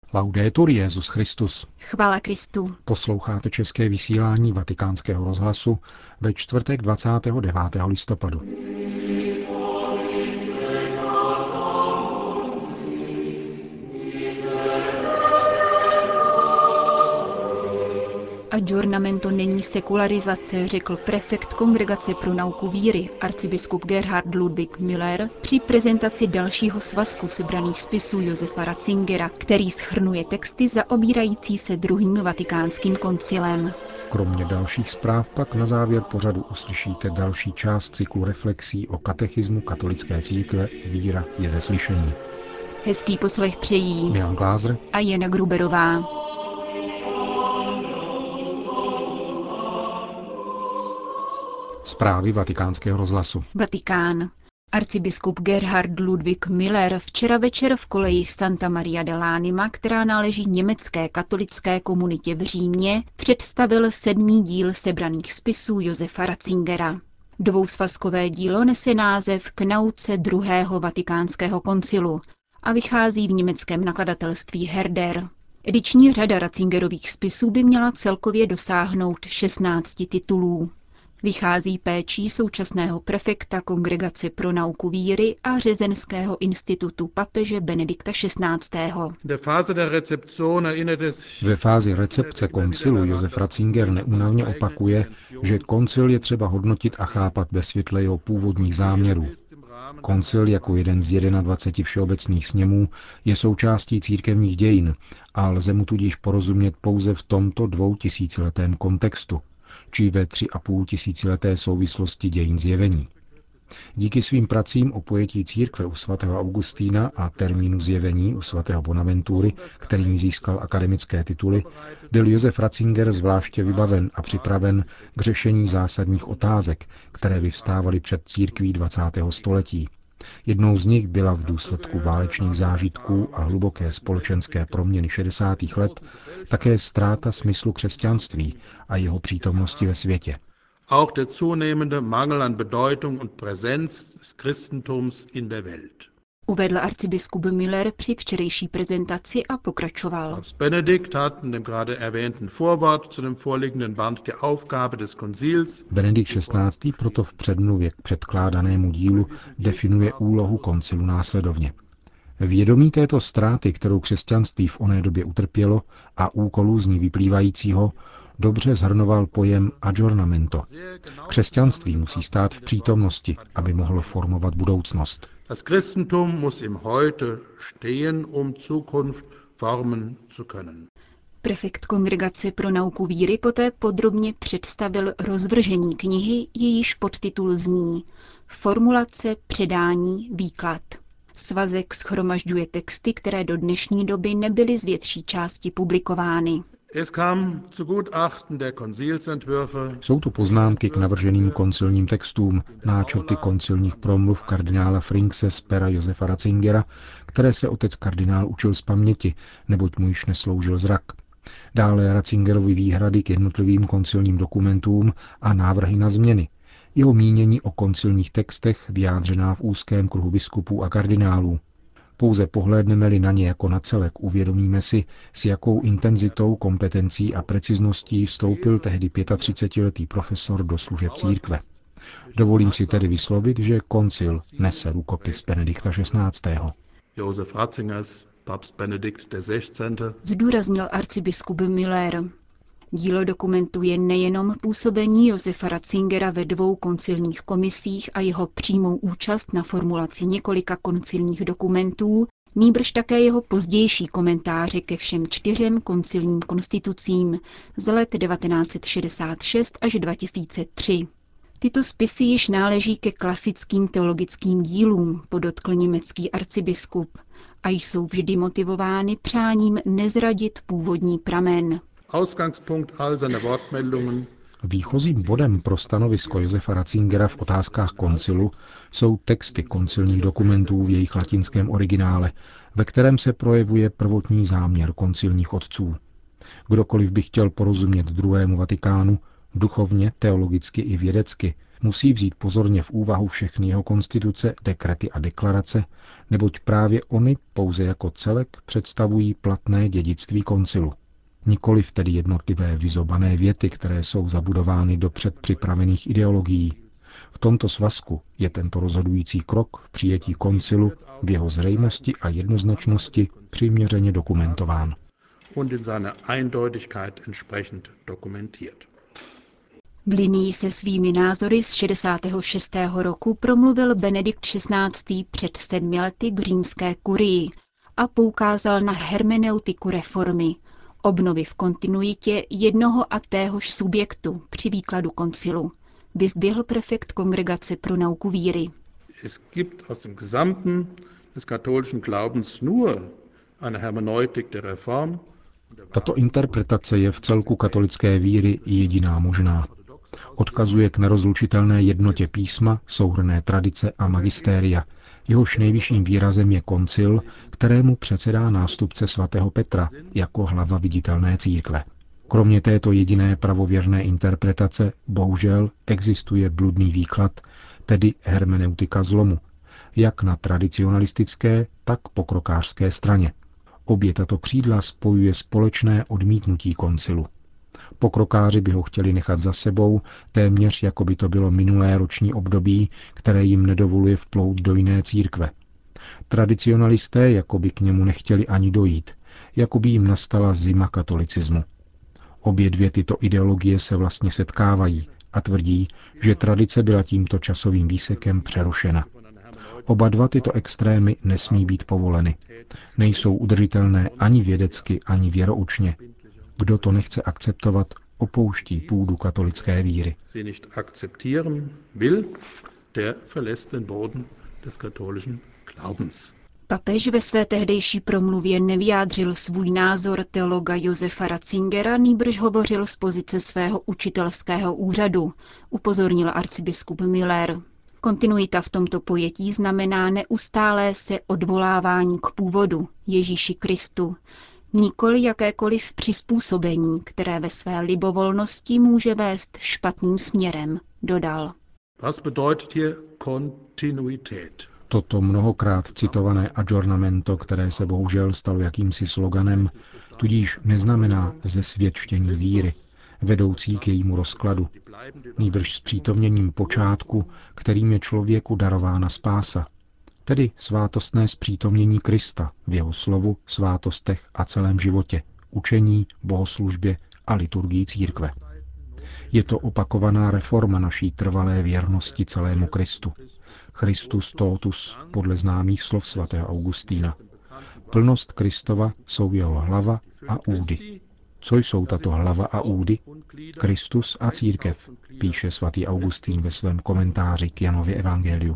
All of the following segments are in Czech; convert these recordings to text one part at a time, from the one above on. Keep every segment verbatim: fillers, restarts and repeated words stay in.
Laudetur Jesus Christus. Chvála Kristu. Posloucháte české vysílání Vatikánského rozhlasu ve čtvrtek dvacátého devátého listopadu. Adjournamento není sekularizace, řekl prefekt Kongregace pro nauku víry, arcibiskup Gerhard Ludwig Müller, při prezentaci dalšího svazku sebraných spisů Josefa Ratzingera, který shrnuje texty zaobírající se druhým vatikánským koncilem. Kromě dalších zpráv pak na závěr pořadu uslyšíte další část cyklu reflexí o katechismu katolické církve Víra je ze slyšení. Hezký poslech přejí Milan Glázer a Jana Gruberová. Zprávy Vatikánského rozhlasu. Vatikán. Arcibiskup Gerhard Ludwig Müller včera večer v koleji Santa Maria dell'Anima, která náleží německé katolické komunitě v Římě, představil sedmý díl sebraných spisů Josefa Ratzingera. Dvousvazkové dílo nese název K nauce druhého vatikánského koncilu a vychází v německém nakladatelství Herder. Ediční řada Ratzingerových spisů by měla celkově dosáhnout šestnácti titulů. Vychází péčí současného prefekta Kongregace pro nauku víry a Řezenského institutu papeže Benedikta šestnáctého. Ve fázi recepce koncilu Josef Ratzinger neúnavně opakuje, že koncil je třeba hodnotit a chápat ve světle jeho původních záměrů. Koncil jako jeden z dvaceti jedna všeobecných sněmů je součástí církevních dějin a lze mu tudíž porozumět pouze v tomto dvoutisíciletém kontextu, či ve tři a půl tisícileté souvislosti dějin zjevení. Díky svým pracím o pojetí církve u svatého Augustína a termínu zjevení u svatého Bonaventury, kterým získal akademické tituly, byl Josef Ratzinger zvláště vybaven a připraven k řešení zásadních otázek, které vyvstávaly před církví dvacátého století. Jednou z nich byla v důsledku válečných zážitků a hluboké společenské proměny šedesátých let také ztráta smyslu křesťanství a jeho přítomnosti ve světě. Auch der zunehmende Mangel an Bedeutung und Präsenz des Christentums in der Welt. Uvedl arcibiskup Müller při včerejší prezentaci a pokračoval. Papst Benedikt hat in dem gerade erwähnten Vorwort zu dem vorliegenden Band die Aufgabe des Konzils. Benedikt šestnáctý. Proto v předmluvě k předkládanému dílu definuje úlohu koncilu následovně. Vědomí této ztráty, kterou křesťanství v oné době utrpělo, a úkolů z ní vyplývajícího, dobře shrnoval pojem adjournamento. Křesťanství musí stát v přítomnosti, aby mohlo formovat budoucnost. Das Christentum muss im Heute stehen, um Zukunft formen zu können. Prefekt Kongregace pro nauku víry poté podrobně představil rozvržení knihy, jejíž podtitul zní Formulace, předání, výklad. Svazek shromažďuje texty, které do dnešní doby nebyly z větší části publikovány. Jsou tu poznámky k navrženým koncilním textům, náčrty koncilních promluv kardinála Frinkse z pera Josefa Ratzingera, které se otec kardinál učil z paměti, neboť mu již nesloužil zrak. Dále Ratzingerovi výhrady k jednotlivým koncilním dokumentům a návrhy na změny. Jeho mínění o koncilních textech vyjádřená v úzkém kruhu biskupů a kardinálů. Pouze pohlédneme-li na ně jako na celek, uvědomíme si, s jakou intenzitou, kompetencí a precizností vstoupil tehdy třicetiletý profesor do služeb církve. Dovolím si tedy vyslovit, že koncil nese rukopis Benedikta šestnáctého. Josef Ratzingers, Papst Benedikt der sechzehnte. Zdůraznil arcibiskup Müller. Dílo dokumentuje nejenom působení Josefa Ratzingera ve dvou koncilních komisích a jeho přímou účast na formulaci několika koncilních dokumentů, nýbrž také jeho pozdější komentáře ke všem čtyřem koncilním konstitucím z let devatenáct set šedesát šest až dva tisíce tři. Tyto spisy již náleží ke klasickým teologickým dílům, podotkl německý arcibiskup, a jsou vždy motivovány přáním nezradit původní pramen. Výchozím bodem pro stanovisko Josefa Ratzingera v otázkách koncilu jsou texty koncilních dokumentů v jejich latinském originále, ve kterém se projevuje prvotní záměr koncilních otců. Kdokoliv by chtěl porozumět druhému Vatikánu, duchovně, teologicky i vědecky, Musí vzít pozorně v úvahu všechny jeho konstituce, dekrety a deklarace, neboť právě ony pouze jako celek představují platné dědictví koncilu. Nikoliv tedy jednotlivé vyzobané věty, které jsou zabudovány do předpřipravených ideologií. V tomto svazku je tento rozhodující krok v přijetí koncilu v jeho zřejmosti a jednoznačnosti přiměřeně dokumentován. V linii se svými názory z šedesátého šestého roku promluvil Benedikt šestnáctý před sedmi lety k římské kurii a poukázal na hermeneutiku reformy, obnovy v kontinuitě jednoho a téhož subjektu při výkladu koncilu, vyzdvihl prefekt Kongregace pro nauku víry. Es gibt aus dem gesamten des katholischen Glaubens nur eine Hermeneutik der Reform. Tato interpretace je v celku katolické víry jediná možná. Odkazuje k nerozlučitelné jednotě písma, souhrnné tradice a magistéria. Jehož nejvyšším výrazem je koncil, kterému předsedá nástupce svatého Petra jako hlava viditelné církve. Kromě této jediné pravověrné interpretace bohužel existuje bludný výklad, tedy hermeneutika zlomu, jak na tradicionalistické, tak pokrokářské straně. Obě tato křídla spojuje společné odmítnutí koncilu. Pokrokáři by ho chtěli nechat za sebou, téměř jako by to bylo minulé roční období, které jim nedovoluje vplout do jiné církve. Tradicionalisté jako by k němu nechtěli ani dojít, jako by jim nastala zima katolicismu. Obě dvě tyto ideologie se vlastně setkávají a tvrdí, že tradice byla tímto časovým výsekem přerušena. Oba dva tyto extrémy nesmí být povoleny. Nejsou udržitelné ani vědecky, ani věroučně. Kdo to nechce akceptovat, opouští půdu katolické víry. Papež ve své tehdejší promluvě nevyjádřil svůj názor teologa Josefa Ratzingera, nýbrž hovořil z pozice svého učitelského úřadu, upozornil arcibiskup Müller. Kontinuita v tomto pojetí znamená neustálé se odvolávání k původu, Ježíši Kristu, nikoli jakékoliv přizpůsobení, které ve své libovolnosti může vést špatným směrem, dodal. Was bedeutet hier Kontinuität? Toto mnohokrát citované aggiornamento, které se bohužel stalo jakýmsi sloganem, tudíž neznamená zesvědčení víry, vedoucí k jejímu rozkladu, nýbrž s přítomněním počátku, kterým je člověku darována spása, tedy svátostné zpřítomnění Krista v jeho slovu, svátostech a celém životě, učení, bohoslužbě a liturgii církve. Je to opakovaná reforma naší trvalé věrnosti celému Kristu. Christus totus, podle známých slov svatého Augustína. Plnost Kristova jsou jeho hlava a údy. Co jsou tato hlava a údy? Kristus a církev, píše svatý Augustín ve svém komentáři k Janově evangeliu.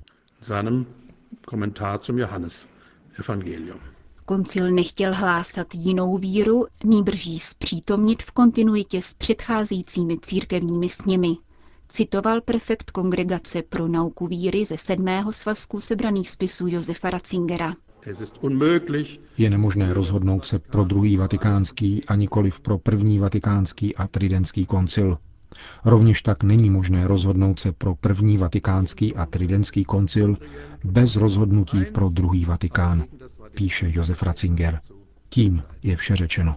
Koncil nechtěl hlásat jinou víru, nýbrž jí zpřítomnit v kontinuitě s předcházejícími církevními sněmy, citoval prefekt Kongregace pro nauku víry ze sedmého svazku sebraných spisů Josefa Ratzingera. Je nemožné rozhodnout se pro druhý vatikánský a nikoliv pro první vatikánský a tridentský koncil. Rovněž tak není možné rozhodnout se pro první vatikánský a tridentský koncil bez rozhodnutí pro druhý Vatikán, píše Josef Ratzinger. Tím je vše řečeno.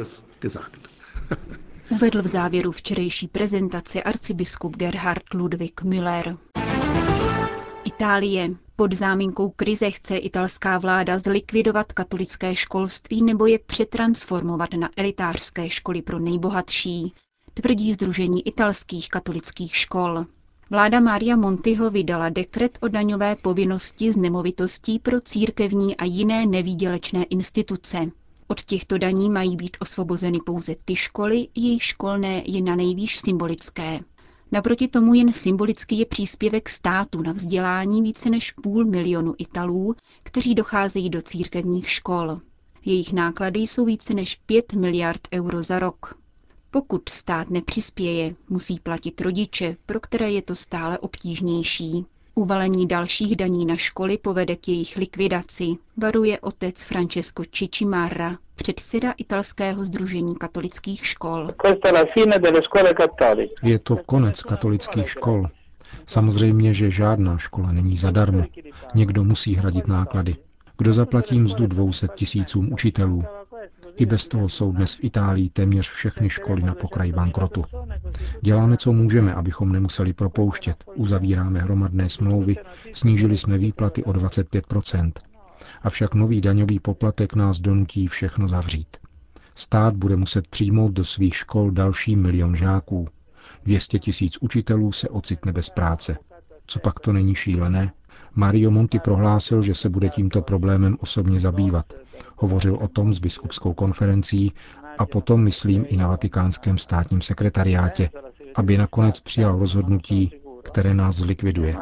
Uvedl v závěru včerejší prezentace arcibiskup Gerhard Ludwig Müller. Itálie. Pod záminkou krize chce italská vláda zlikvidovat katolické školství nebo je přetransformovat na elitářské školy pro nejbohatší, tvrdí Sdružení italských katolických škol. Vláda Maria Montiho vydala dekret o daňové povinnosti z nemovitostí pro církevní a jiné nevýdělečné instituce. Od těchto daní mají být osvobozeny pouze ty školy, jejich školné je na nejvýš symbolické. Naproti tomu jen symbolický je příspěvek státu na vzdělání více než půl milionu Italů, kteří docházejí do církevních škol. Jejich náklady jsou více než pět miliard euro za rok. Pokud stát nepřispěje, musí platit rodiče, pro které je to stále obtížnější. Uvalení dalších daní na školy povede k jejich likvidaci, varuje otec Francesco Ciccimarra, předseda italského sdružení katolických škol. Je to konec katolických škol. Samozřejmě, že žádná škola není zadarmo. Někdo musí hradit náklady. Kdo zaplatí mzdu dvou set tisícům učitelů? I bez toho jsou dnes v Itálii téměř všechny školy na pokraji bankrotu. Děláme, co můžeme, abychom nemuseli propouštět. Uzavíráme hromadné smlouvy, snížili jsme výplaty o dvacet pět procent. Avšak nový daňový poplatek nás donutí všechno zavřít. Stát bude muset přijmout do svých škol další milion žáků. dvě stě tisíc učitelů se ocitne bez práce. Co pak to není šílené? Mario Monti prohlásil, že se bude tímto problémem osobně zabývat. Hovořil o tom s biskupskou konferencí a potom, myslím, i na vatikánském státním sekretariátě, aby nakonec přijal rozhodnutí, které nás zlikviduje.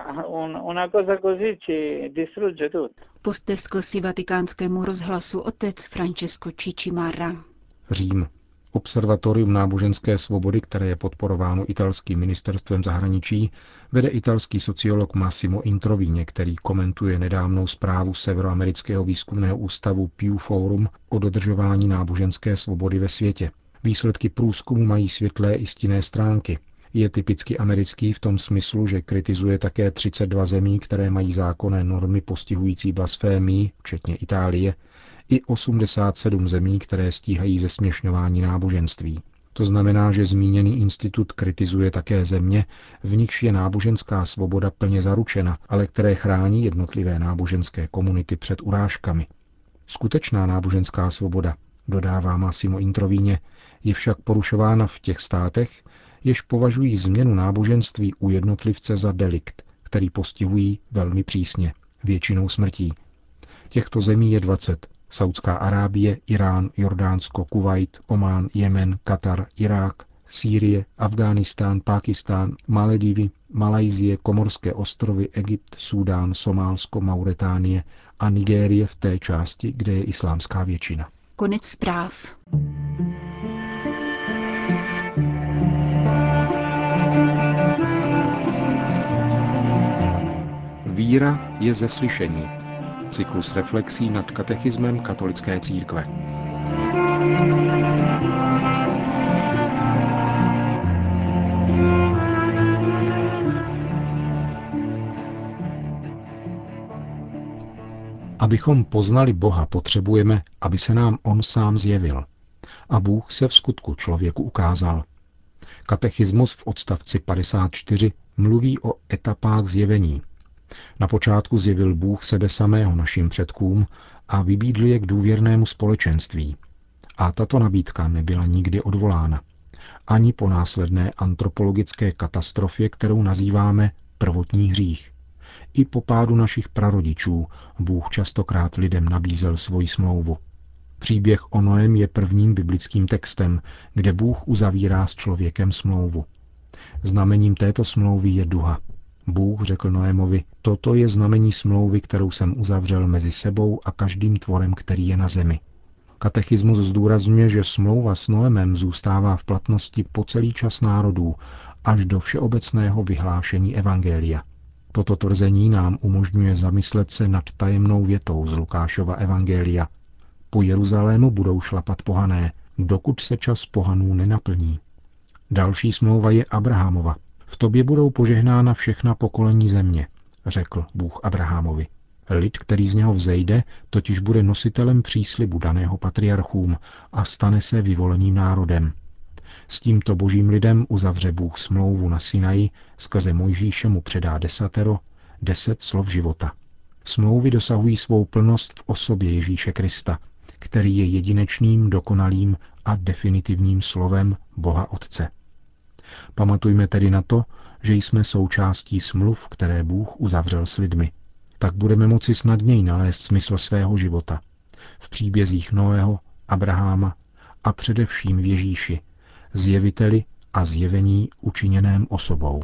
Posteskl si vatikánskému rozhlasu otec Francesco Ciccimarra. Řím. Observatorium náboženské svobody, které je podporováno italským ministerstvem zahraničí, vede italský sociolog Massimo Introvigne, který komentuje nedávnou zprávu Severoamerického výzkumného ústavu Pew Forum o dodržování náboženské svobody ve světě. Výsledky průzkumu mají světlé i stinné stránky. Je typicky americký v tom smyslu, že kritizuje také třicet dva zemí, které mají zákonné normy postihující blasfémii, včetně Itálie, i osmdesát sedm zemí, které stíhají zesměšňování náboženství. To znamená, že zmíněný institut kritizuje také země, v nichž je náboženská svoboda plně zaručena, ale které chrání jednotlivé náboženské komunity před urážkami. Skutečná náboženská svoboda, dodává Massimo Introvigne, je však porušována v těch státech, jež považují změnu náboženství u jednotlivce za delikt, který postihují velmi přísně, většinou smrtí. Těchto zemí je dvacet. Saudská Arábie, Irán, Jordánsko, Kuvajt, Omán, Jemen, Katar, Irák, Sýrie, Afghánistán, Pákistán, Maledivy, Malajsie, Komorské ostrovy, Egypt, Súdán, Somálsko, Mauretánie a Nigérie v té části, kde je islámská většina. Konec zpráv. Víra je ze slyšení. Cyklus reflexí nad katechismem katolické církve. Abychom poznali Boha, potřebujeme, aby se nám On sám zjevil. A Bůh se v skutku člověku ukázal. Katechismus v odstavci padesát čtyři mluví o etapách zjevení. Na počátku zjevil Bůh sebe samého našim předkům a vybídl je k důvěrnému společenství. A tato nabídka nebyla nikdy odvolána. Ani po následné antropologické katastrofě, kterou nazýváme prvotní hřích. I po pádu našich prarodičů Bůh častokrát lidem nabízel svoji smlouvu. Příběh o Noém je prvním biblickým textem, kde Bůh uzavírá s člověkem smlouvu. Znamením této smlouvy je duha. Bůh řekl Noémovi, toto je znamení smlouvy, kterou jsem uzavřel mezi sebou a každým tvorem, který je na zemi. Katechismus zdůrazňuje, že smlouva s Noémem zůstává v platnosti po celý čas národů, až do všeobecného vyhlášení evangelia. Toto tvrzení nám umožňuje zamyslet se nad tajemnou větou z Lukášova evangelia. Po Jeruzalému budou šlapat pohané, dokud se čas pohanů nenaplní. Další smlouva je Abrahamova. V tobě budou požehnána všechna pokolení země, řekl Bůh Abrahamovi. Lid, který z něho vzejde, totiž bude nositelem příslibu daného patriarchům a stane se vyvoleným národem. S tímto božím lidem uzavře Bůh smlouvu na Sinaji, skrze Mojžíše mu předá desatero, deset slov života. Smlouvy dosahují svou plnost v osobě Ježíše Krista, který je jedinečným, dokonalým a definitivním slovem Boha Otce. Pamatujme tedy na to, že jsme součástí smluv, které Bůh uzavřel s lidmi. Tak budeme moci snadněji nalézt smysl svého života. V příbězích Noého, Abraháma a především v Ježíši, zjeviteli a zjevení učiněném osobou.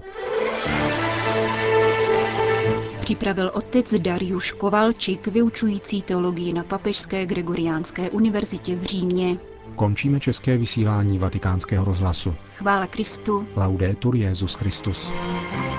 Připravil otec Dariusz Kovalčik, vyučující teologii na Papežské Gregoriánské univerzitě v Římě. Končíme české vysílání Vatikánského rozhlasu. Chvála Kristu. Laudetur Jesus Christus.